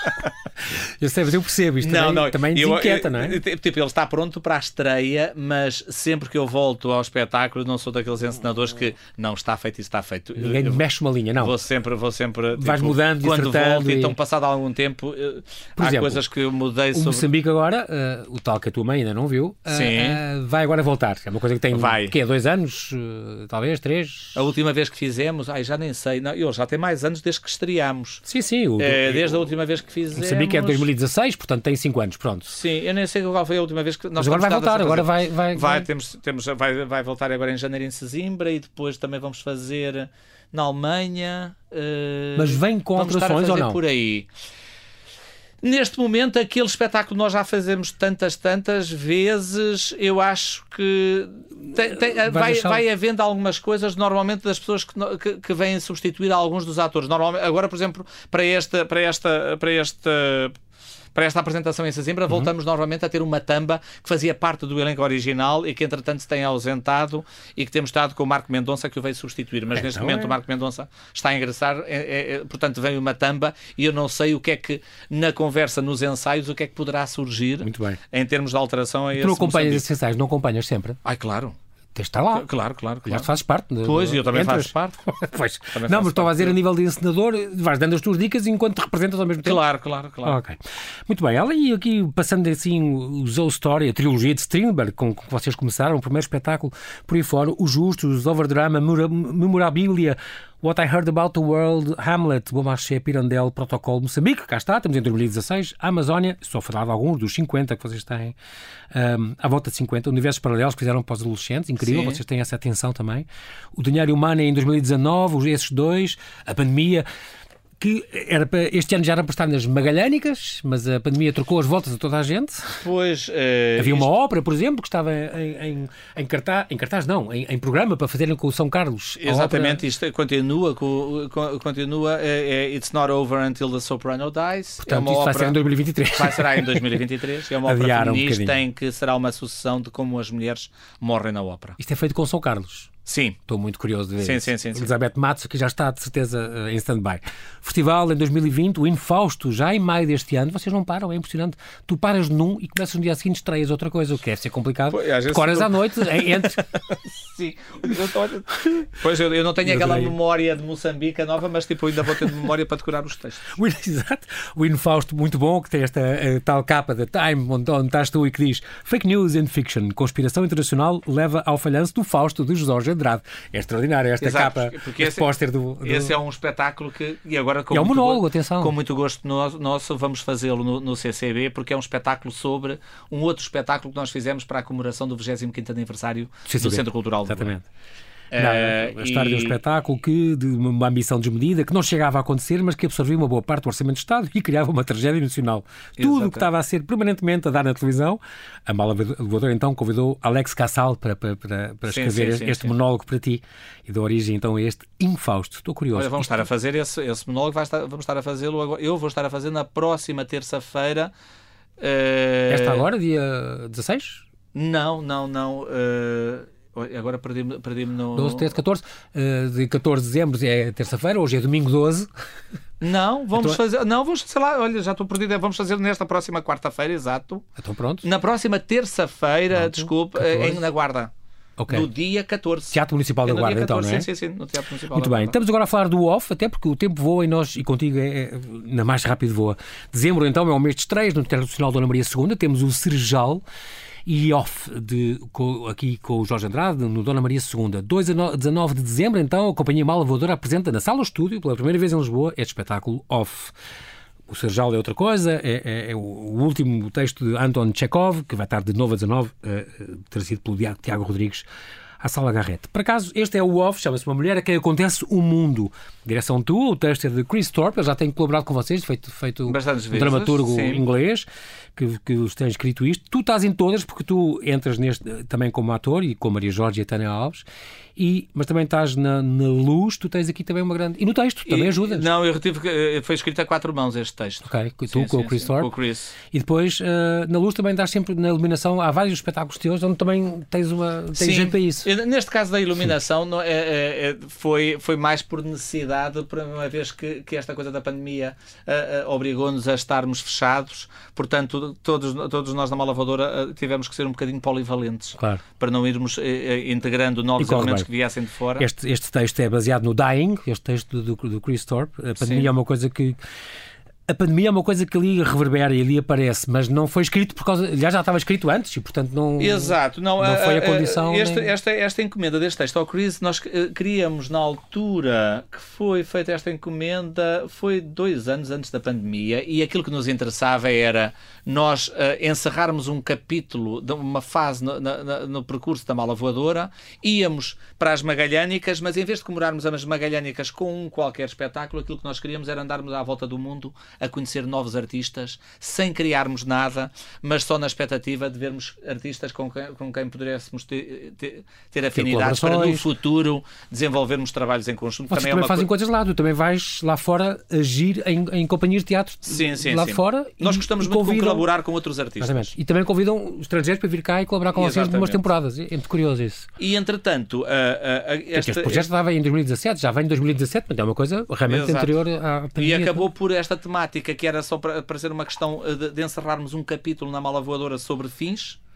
[SPEAKER 1] eu sei, mas eu percebo, isto não, também, não, também desinquieta,
[SPEAKER 2] eu,
[SPEAKER 1] não é?
[SPEAKER 2] Tipo, ele está pronto para a estreia, mas sempre que eu volto ao espetáculo, não sou daqueles encenadores que não, está feito e está feito.
[SPEAKER 1] Ninguém eu, mexe uma linha, não.
[SPEAKER 2] Vou sempre... Vou sempre tipo,
[SPEAKER 1] vais mudando e
[SPEAKER 2] quando volto,
[SPEAKER 1] e...
[SPEAKER 2] então passado algum tempo,
[SPEAKER 1] Por
[SPEAKER 2] há
[SPEAKER 1] exemplo,
[SPEAKER 2] coisas que eu mudei sobre...
[SPEAKER 1] O Moçambique agora, uh, o tal que a tua mãe ainda não viu, uh, uh, vai agora voltar. É uma coisa que tem,
[SPEAKER 2] vai.
[SPEAKER 1] que é dois anos, uh, talvez, três...
[SPEAKER 2] A última vez que fizemos... Ai, já nem sei. Não, eu já tem mais anos desde que estreámos.
[SPEAKER 1] Sim, sim. O,
[SPEAKER 2] é, desde o, a última vez que fizemos...
[SPEAKER 1] Sabia que é dois mil e dezasseis, portanto tem cinco anos, pronto.
[SPEAKER 2] Sim, eu nem sei qual foi a última vez que... Nós
[SPEAKER 1] Mas agora vai voltar, agora vai... Vai,
[SPEAKER 2] vai, vai. Temos, temos, vai, vai voltar agora em janeiro em Sesimbra e depois também vamos fazer na Alemanha. Uh,
[SPEAKER 1] Mas vem com alterações ou não?
[SPEAKER 2] Por aí. Neste momento, aquele espetáculo nós já fazemos tantas, tantas vezes, eu acho que tem, tem, vai, vai, vai havendo algumas coisas, normalmente das pessoas que, que, que vêm substituir alguns dos atores. Normalmente, agora, por exemplo, para esta, para esta, para esta, para esta apresentação em Sesimbra, uhum. voltamos novamente a ter uma tamba que fazia parte do elenco original e que, entretanto, se tem ausentado e que temos estado com o Marco Mendonça, que o veio substituir. Mas, é, neste momento, é. o Marco Mendonça está a ingressar, é, é, é, portanto, vem uma tamba e eu não sei o que é que, na conversa, nos ensaios, o que é que poderá surgir
[SPEAKER 1] Muito bem.
[SPEAKER 2] em termos de alteração a esse
[SPEAKER 1] Tu não acompanhas
[SPEAKER 2] Moçambique.
[SPEAKER 1] esses ensaios? Não acompanhas sempre?
[SPEAKER 2] Ai, claro.
[SPEAKER 1] Tens de estar lá.
[SPEAKER 2] Claro, claro, claro.
[SPEAKER 1] Já fazes parte. De,
[SPEAKER 2] pois, eu também
[SPEAKER 1] entras.
[SPEAKER 2] faço parte.
[SPEAKER 1] Pois.
[SPEAKER 2] Também
[SPEAKER 1] não, mas estou a dizer
[SPEAKER 2] de...
[SPEAKER 1] a nível de encenador, vais dando as tuas dicas enquanto te representas ao mesmo tempo.
[SPEAKER 2] Claro, claro, claro.
[SPEAKER 1] Ok. Muito bem. Ela e aqui, passando assim, o Zoe Story, a trilogia de Strindberg, com que vocês começaram, o primeiro espetáculo por aí fora, Os Justos, Overdrama, Memorabilia, What I Heard About the World, Hamlet, Beaumarchais, Pirandello, Protocolo, Moçambique, cá está, estamos em dois mil e dezasseis, a Amazónia, só falar de alguns dos cinquenta que vocês têm, um, à volta de cinquenta, universos paralelos que fizeram para os adolescentes, incrível, Sim. vocês têm essa atenção também. O Dinheiro Humano em dois mil e dezanove, esses dois, a pandemia, que era para, este ano já era para estar nas Magalhânicas, mas a pandemia trocou as voltas a toda a gente.
[SPEAKER 2] Pois, uh,
[SPEAKER 1] havia
[SPEAKER 2] isto...
[SPEAKER 1] uma ópera, por exemplo, que estava em, em, em cartaz, em cartaz não, em, em programa para fazerem com o São Carlos.
[SPEAKER 2] Exatamente, ópera... isto continua, continua é, é It's Not Over Until the Soprano Dies.
[SPEAKER 1] Portanto,
[SPEAKER 2] é uma
[SPEAKER 1] isto
[SPEAKER 2] ópera...
[SPEAKER 1] vai ser em dois mil e vinte e três.
[SPEAKER 2] Vai ser em dois mil e vinte e três. É uma ópera
[SPEAKER 1] Adiaram
[SPEAKER 2] feminista
[SPEAKER 1] um
[SPEAKER 2] em que será uma sucessão de como as mulheres morrem na ópera.
[SPEAKER 1] Isto é feito com São Carlos.
[SPEAKER 2] Sim.
[SPEAKER 1] Estou muito curioso de ver.
[SPEAKER 2] Sim, sim, sim, sim.
[SPEAKER 1] Elizabeth Matos, que já está de certeza em stand-by. Festival em dois mil e vinte, o Infausto, já em maio deste ano. Vocês não param, é impressionante. Tu paras num e começas no dia seguinte, estreias outra coisa, o que deve ser complicado. Pois, horas não... à noite, entre.
[SPEAKER 2] Sim. Eu tô... Pois eu, eu não tenho eu aquela também. memória de Moçambique nova, mas tipo, ainda vou ter memória para decorar os textos.
[SPEAKER 1] Exato. O Infausto, muito bom, que tem esta uh, tal capa da Time, onde, onde estás tu e que diz Fake News and Fiction, conspiração internacional leva ao falhanço do Fausto, de Jorge Andrade. É extraordinária esta
[SPEAKER 2] Exato,
[SPEAKER 1] capa,
[SPEAKER 2] porque
[SPEAKER 1] este
[SPEAKER 2] esse,
[SPEAKER 1] póster do, do...
[SPEAKER 2] Esse é um espetáculo que, e agora com,
[SPEAKER 1] é um
[SPEAKER 2] muito,
[SPEAKER 1] monólogo,
[SPEAKER 2] go...
[SPEAKER 1] atenção.
[SPEAKER 2] com muito gosto no, nosso, vamos fazê-lo no, no C C B, porque é um espetáculo sobre um outro espetáculo que nós fizemos para a comemoração do vigésimo quinto aniversário C C B. Do Centro Cultural de
[SPEAKER 1] Exatamente.
[SPEAKER 2] Não,
[SPEAKER 1] a história e... de um espetáculo que, de uma ambição desmedida, que não chegava a acontecer, mas que absorvia uma boa parte do orçamento do Estado e criava uma tragédia nacional. Tudo o que estava a ser permanentemente a dar na televisão. A Mala Voadora então convidou Alex Cassal para, para, para, para sim, escrever sim, sim, este sim. monólogo para ti e deu origem então a este Infausto. Estou curioso.
[SPEAKER 2] Olha, vamos
[SPEAKER 1] Isto...
[SPEAKER 2] estar a fazer esse, esse monólogo, vai estar, vamos estar a fazê-lo agora. Eu vou estar a fazer na próxima terça-feira.
[SPEAKER 1] Uh... Esta agora, dia dezasseis?
[SPEAKER 2] Não, não, não. Uh... Agora perdi-me perdi no...
[SPEAKER 1] doze, treze, catorze. Uh, de catorze de dezembro é terça-feira, hoje é domingo doze.
[SPEAKER 2] Não, vamos
[SPEAKER 1] então...
[SPEAKER 2] fazer... Não, vamos, sei lá, olha, já estou perdido. Vamos fazer nesta próxima quarta-feira, exato.
[SPEAKER 1] Então pronto.
[SPEAKER 2] Na próxima terça-feira, pronto. desculpe, em, na Guarda.
[SPEAKER 1] Okay.
[SPEAKER 2] No dia catorze.
[SPEAKER 1] Teatro Municipal
[SPEAKER 2] é
[SPEAKER 1] da Guarda,
[SPEAKER 2] catorze,
[SPEAKER 1] então, não é?
[SPEAKER 2] Sim, sim, sim, no Teatro Municipal
[SPEAKER 1] Muito
[SPEAKER 2] da
[SPEAKER 1] bem,
[SPEAKER 2] Guarda.
[SPEAKER 1] estamos agora a falar do off, até porque o tempo voa e nós, e contigo, é, é, ainda mais rápido voa. Dezembro, então, é o mês de estreias no Teatro Nacional Dona Maria segunda, temos o Serjal e off, de, com, aqui com o Jorge Andrade, no Dona Maria segunda. dois a dezanove de dezembro, então, a Companhia Mala Voadora apresenta na Sala Estúdio, pela primeira vez em Lisboa, este espetáculo off. O Serjal é outra coisa, é, é, é o último texto de Anton Chekhov, que vai estar de nove a dezanove, uh, trazido pelo Tiago Rodrigues, à Sala Garrett. Por acaso, este é o off, chama-se Uma Mulher a Quem Acontece o Mundo. Direção tua, o texto é de Chris Thorpe, ele já tem colaborado com vocês, feito, feito um
[SPEAKER 2] vezes,
[SPEAKER 1] dramaturgo
[SPEAKER 2] sim.
[SPEAKER 1] inglês, que, que os tem escrito isto. Tu estás em todas, porque tu entras neste também como ator, e com Maria Jorge e a Tânia Alves, e, mas também estás na, na luz, tu tens aqui também uma grande... E no texto, também
[SPEAKER 2] e,
[SPEAKER 1] ajudas.
[SPEAKER 2] Não, eu retive que foi escrito a quatro mãos este texto.
[SPEAKER 1] Ok, tu
[SPEAKER 2] sim,
[SPEAKER 1] com
[SPEAKER 2] sim,
[SPEAKER 1] o Chris
[SPEAKER 2] sim,
[SPEAKER 1] Thorpe.
[SPEAKER 2] com o Chris.
[SPEAKER 1] E depois, uh, na luz também dás sempre na iluminação, há vários espetáculos teus onde também tens, uma, tens
[SPEAKER 2] sim.
[SPEAKER 1] jeito para isso.
[SPEAKER 2] Neste caso da iluminação, não, é, é, é, foi, foi mais por necessidade, por uma vez que, que esta coisa da pandemia uh, uh, obrigou-nos a estarmos fechados, portanto, todos, todos nós na Mala Voadora uh, tivemos que ser um bocadinho polivalentes, claro, para não irmos uh, integrando novos elementos que viessem de fora.
[SPEAKER 1] Este, este texto é baseado no Dying, este texto do, do Chris Thorpe. A pandemia Sim. é uma coisa que... A pandemia é uma coisa que ali reverbera e ali aparece, mas não foi escrito por causa... Já já estava escrito antes e, portanto, não...
[SPEAKER 2] Exato. Não,
[SPEAKER 1] não foi a condição...
[SPEAKER 2] Este,
[SPEAKER 1] nem...
[SPEAKER 2] esta, esta encomenda deste texto ao Chris, nós queríamos, na altura que foi feita esta encomenda, foi dois anos antes da pandemia, e aquilo que nos interessava era nós uh, encerrarmos um capítulo, de uma fase no, no, no percurso da Mala Voadora, íamos para as Magalhânicas, mas em vez de comemorarmos as Magalhânicas com um qualquer espetáculo, aquilo que nós queríamos era andarmos à volta do mundo a conhecer novos artistas, sem criarmos nada, mas só na expectativa de vermos artistas com quem, com quem pudéssemos ter, ter, ter afinidades para no futuro desenvolvermos trabalhos em conjunto.
[SPEAKER 1] Vocês também, também é fazem co... coisas lá, tu também vais lá fora agir em, em companhias de teatro
[SPEAKER 2] sim, sim,
[SPEAKER 1] lá
[SPEAKER 2] sim.
[SPEAKER 1] fora.
[SPEAKER 2] Nós gostamos muito convidam... de colaborar com outros artistas.
[SPEAKER 1] Exatamente. E também convidam estrangeiros para vir cá e colaborar com vocês de umas temporadas. É muito curioso isso.
[SPEAKER 2] E entretanto, a, a, a, esta...
[SPEAKER 1] este projeto estava em dois mil e dezassete, já vem em dois mil e dezassete, mas é uma coisa realmente Exato. anterior à pandemia.
[SPEAKER 2] E acabou por esta temática, que era só para, para ser uma questão de, de encerrarmos um capítulo na Mala Voadora sobre fins.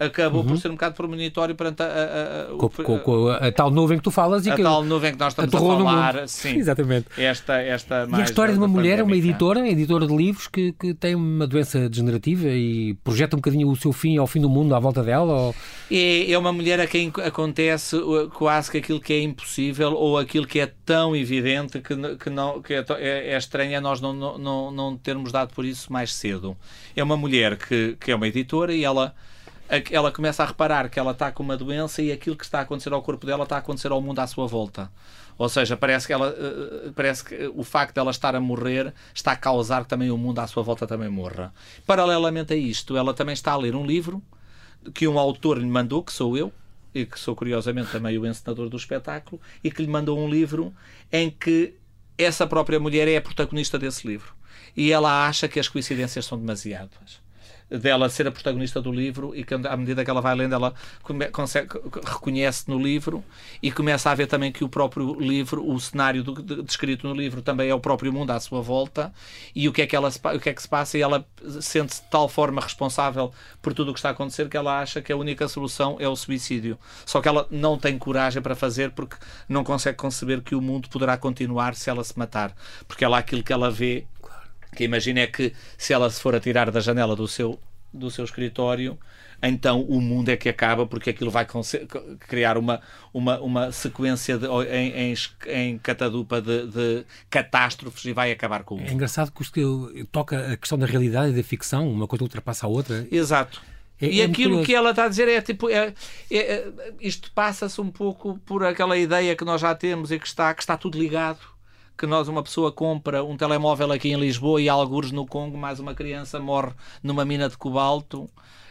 [SPEAKER 2] acabou
[SPEAKER 1] uhum.
[SPEAKER 2] por ser um bocado premonitório perante a, a, a,
[SPEAKER 1] com, com, com a, a tal nuvem que tu falas. E
[SPEAKER 2] a
[SPEAKER 1] que
[SPEAKER 2] tal nuvem que nós estamos a falar. Sim,
[SPEAKER 1] exatamente.
[SPEAKER 2] Esta, esta
[SPEAKER 1] e a história de uma mulher,
[SPEAKER 2] pandémica.
[SPEAKER 1] uma editora, editora de livros, que, que tem uma doença degenerativa e projeta um bocadinho o seu fim ao fim do mundo à volta dela? Ou...
[SPEAKER 2] É, é uma mulher a quem acontece quase que aquilo que é impossível ou aquilo que é tão evidente que, que, não, que é, é estranho nós não, não, não termos dado por isso mais cedo. É uma mulher que, que é uma editora e ela, ela começa a reparar que ela está com uma doença e aquilo que está a acontecer ao corpo dela está a acontecer ao mundo à sua volta. Ou seja, parece que, ela, parece que o facto de ela estar a morrer está a causar que também o mundo à sua volta também morra. Paralelamente a isto, ela também está a ler um livro que um autor lhe mandou, que sou eu, e que sou curiosamente também o encenador do espetáculo, e que lhe mandou um livro em que essa própria mulher é a protagonista desse livro. E ela acha que as coincidências são demasiadas. Dela ser a protagonista do livro e que à medida que ela vai lendo ela come, consegue, reconhece no livro e começa a ver também que o próprio livro, o cenário do, de, descrito no livro também é o próprio mundo à sua volta e o que é que, ela, o que, é que se passa e ela sente-se de tal forma responsável por tudo o que está a acontecer que ela acha que a única solução é o suicídio. Só que ela não tem coragem para fazer porque não consegue conceber que o mundo poderá continuar se ela se matar. Porque ela aquilo que ela vê que imagina é que se ela se for atirar da janela do seu, do seu escritório, então o mundo é que acaba porque aquilo vai criar uma, uma, uma sequência de, em, em, em catadupa de, de catástrofes e vai acabar com o mundo.
[SPEAKER 1] É engraçado que isto toca a questão da realidade e da ficção, uma coisa ultrapassa a outra.
[SPEAKER 2] Exato. É, e é aquilo que ela está a dizer é tipo, é, é, isto passa-se um pouco por aquela ideia que nós já temos e que está, que está tudo ligado. Que nós, uma pessoa compra um telemóvel aqui em Lisboa e algures no Congo, mais uma criança morre numa mina de cobalto.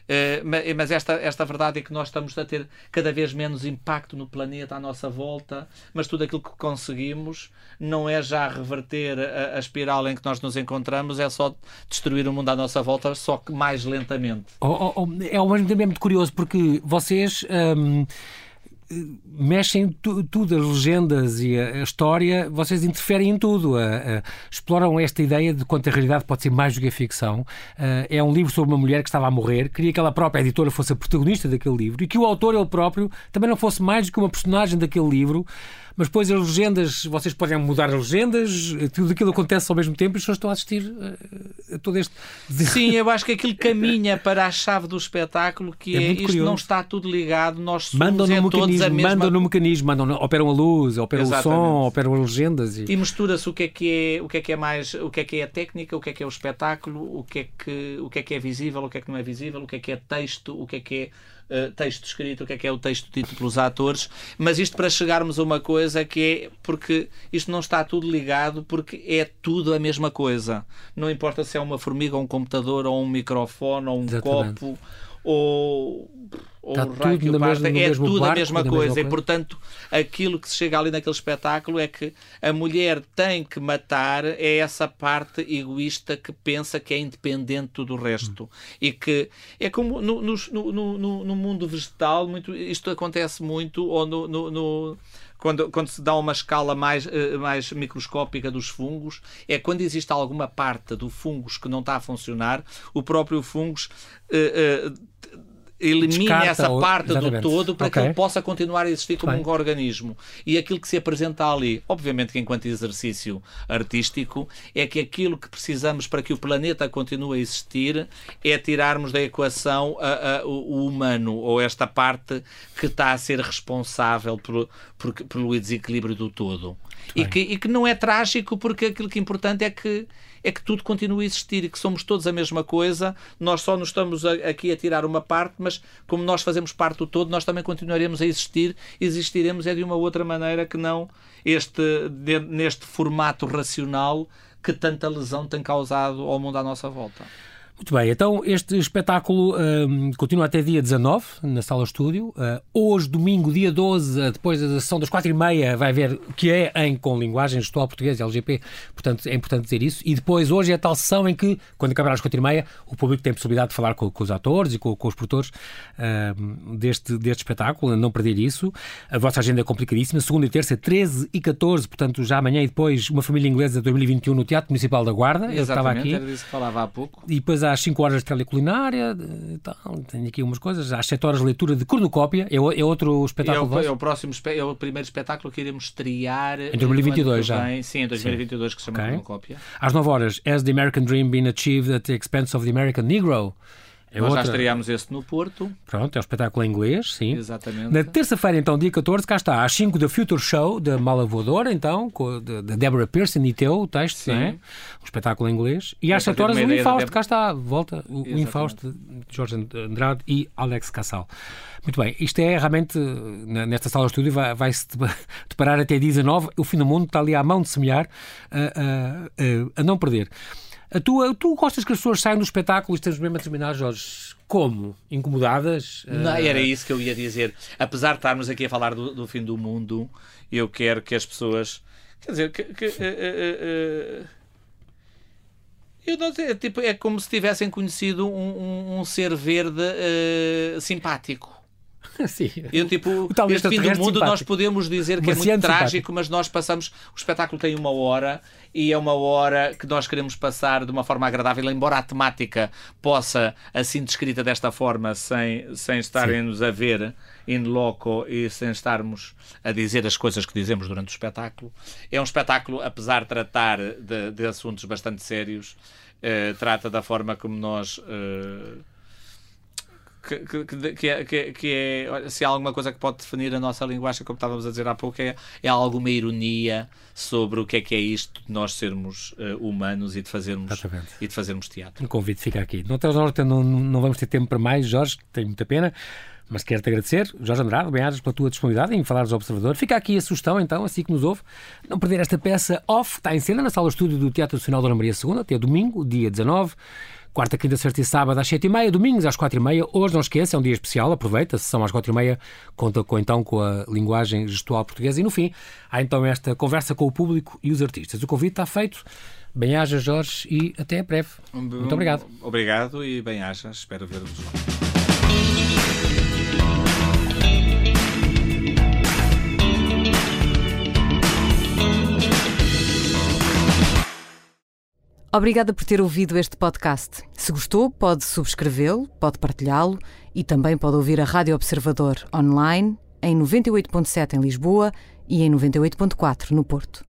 [SPEAKER 2] Mas esta, esta verdade é que nós estamos a ter cada vez menos impacto no planeta à nossa volta, mas tudo aquilo que conseguimos não é já reverter a, a espiral em que nós nos encontramos, é só destruir o mundo à nossa volta, só que mais lentamente.
[SPEAKER 1] Oh, oh, oh, é ao mesmo tempo muito curioso, porque vocês... Hum... mexem tu, tudo, as legendas e a, a história, vocês interferem em tudo, a, a, exploram esta ideia de quanto a realidade pode ser mais do que a ficção. A, é um livro sobre uma mulher que estava a morrer, queria que ela própria, a editora, fosse a protagonista daquele livro e que o autor, ele próprio, também não fosse mais do que uma personagem daquele livro. Mas depois as legendas, vocês podem mudar as legendas, tudo aquilo acontece ao mesmo tempo e as pessoas estão a assistir a, a todo este...
[SPEAKER 2] Sim, eu acho que aquilo caminha para a chave do espetáculo, que é, é isto curioso. Não está tudo ligado, nós somos
[SPEAKER 1] mandam no
[SPEAKER 2] é todos a mesma...
[SPEAKER 1] Mandam no mecanismo, mandam no... operam a luz, operam Exatamente. O som, operam as legendas. E,
[SPEAKER 2] e mistura-se o que é que é, o que é que é mais, o que é que é a técnica, o que é que é o espetáculo, o que é que, o que é que é visível, o que é que não é visível, o que é que é texto, o que é que é Uh, texto escrito, o que é que é o texto dito pelos atores, mas isto para chegarmos a uma coisa que é, porque isto não está tudo ligado, porque é tudo a mesma coisa. Não importa se é uma formiga, ou um computador, ou um microfone, ou um Exatamente. Copo, ou, ou um raio que o parta, é tudo barco, a mesma coisa. Mesma e, portanto, aquilo que se chega ali naquele espetáculo é que a mulher tem que matar é essa parte egoísta que pensa que é independente do resto. Hum. E que é como no, no, no, no, no mundo vegetal, muito, isto acontece muito, ou no... no, no Quando, quando se dá uma escala mais, uh, mais microscópica dos fungos, é quando existe alguma parte do fungos que não está a funcionar, o próprio fungos uh, uh, elimina Descarta essa parte ou... do todo para okay. que ele possa continuar a existir como Bem. um organismo. E aquilo que se apresenta ali, obviamente que enquanto exercício artístico, é que aquilo que precisamos para que o planeta continue a existir é tirarmos da equação a, a, o humano, ou esta parte que está a ser responsável por, por, pelo desequilíbrio do todo. E que, e que não é trágico, porque aquilo que é importante é que é que tudo continua a existir e que somos todos a mesma coisa, nós só nos estamos a, aqui a tirar uma parte, mas como nós fazemos parte do todo, nós também continuaremos a existir, existiremos é de uma outra maneira que não este, de, neste formato racional que tanta lesão tem causado ao mundo à nossa volta.
[SPEAKER 1] Muito bem, então este espetáculo um, continua até dia dezanove, na Sala Estúdio. Uh, hoje, domingo, dia doze, depois da sessão das quatro e meia, vai ver o que é em com linguagem gestual portuguesa, L G P, portanto é importante dizer isso. E depois, hoje é a tal sessão em que, quando acabar às quatro e meia, o público tem a possibilidade de falar com, com os atores e com, com os produtores uh, deste, deste espetáculo, não perder isso. A vossa agenda é complicadíssima, segunda e terça, treze e catorze, portanto já amanhã e depois, Uma Família Inglesa dois mil e vinte e um no Teatro Municipal da Guarda.
[SPEAKER 2] Exatamente, eu estava aqui. Era disso que falava há pouco.
[SPEAKER 1] E depois há às cinco horas de teleculinária, tal, tenho aqui umas coisas. Às sete horas de leitura de cornucópia, é, é outro espetáculo.
[SPEAKER 2] É o, é o próximo, é o primeiro espetáculo que iremos estrear
[SPEAKER 1] em dois mil e vinte e dois já.
[SPEAKER 2] Vem, sim, em dois mil e vinte e dois, sim. Que se chama okay. Cornucópia.
[SPEAKER 1] Às nove horas, Has the American Dream Been Achieved at the Expense of the American Negro?
[SPEAKER 2] É Nós outra... já estreámos esse no Porto.
[SPEAKER 1] Pronto, é um espetáculo em inglês, sim.
[SPEAKER 2] Exatamente.
[SPEAKER 1] Na terça-feira, então, dia catorze, cá está, às cinco da Future Show, da Mala Voadora, então, da Deborah Pearson e teu, o texto, sim. Não é? Um espetáculo em inglês. E às sete horas, o Infausto, cá está, volta, o Exatamente. Infausto de Jorge Andrade e Alex Cassal. Muito bem, isto é realmente, nesta sala de estúdio, vai, vai-se deparar até dia dezanove, o fim do mundo está ali à mão de semear, a, a, a, a não perder. Tu, tu gostas que as pessoas saiam do espetáculo e estamos mesmo a terminar, Jorge? Como? Incomodadas?
[SPEAKER 2] Não, era isso que eu ia dizer. Apesar de estarmos aqui a falar do, do fim do mundo, eu quero que as pessoas... Quer dizer, que... que uh, uh, uh, eu não sei, tipo, é como se tivessem conhecido um, um, um ser verde uh, simpático.
[SPEAKER 1] Sim.
[SPEAKER 2] Eu, tipo, este fim do mundo simpático. Nós podemos dizer que Marciano é muito trágico, simpático. Mas nós passamos... O espetáculo tem uma hora e é uma hora que nós queremos passar de uma forma agradável, embora a temática possa, assim descrita desta forma, sem, sem estarem-nos a ver in loco e sem estarmos a dizer as coisas que dizemos durante o espetáculo. É um espetáculo, apesar de tratar de, de assuntos bastante sérios, eh, trata da forma como nós... Eh, Que, que, que, é, que, que é, se há alguma coisa que pode definir a nossa linguagem, como estávamos a dizer há pouco, é, é alguma ironia sobre o que é que é isto de nós sermos uh, humanos e de, fazermos, e de fazermos teatro.
[SPEAKER 1] Um convite fica aqui. Não, não, não vamos ter tempo para mais, Jorge, tenho muita pena, mas quero-te agradecer, Jorge Andrade, bem-ajas pela tua disponibilidade em falares ao Observador. Fica aqui a sugestão, então, assim que nos ouve, não perder esta peça Off, está em cena na sala de estúdio do Teatro Nacional Dona Maria segunda, até domingo, dia dezanove. Quarta, quinta, sexta e sábado às sete e meia, domingos às quatro e meia. Hoje, não esqueça, é um dia especial, aproveita, a sessão às quatro e meia, conta com, então com a linguagem gestual portuguesa. E no fim, há então esta conversa com o público e os artistas. O convite está feito. Bem-aja, Jorge, e até breve. Muito obrigado.
[SPEAKER 2] Obrigado e bem-aja. Espero ver-vos lá.
[SPEAKER 3] Obrigada por ter ouvido este podcast. Se gostou, pode subscrevê-lo, pode partilhá-lo e também pode ouvir a Rádio Observador online em noventa e oito ponto sete em Lisboa e em noventa e oito ponto quatro no Porto.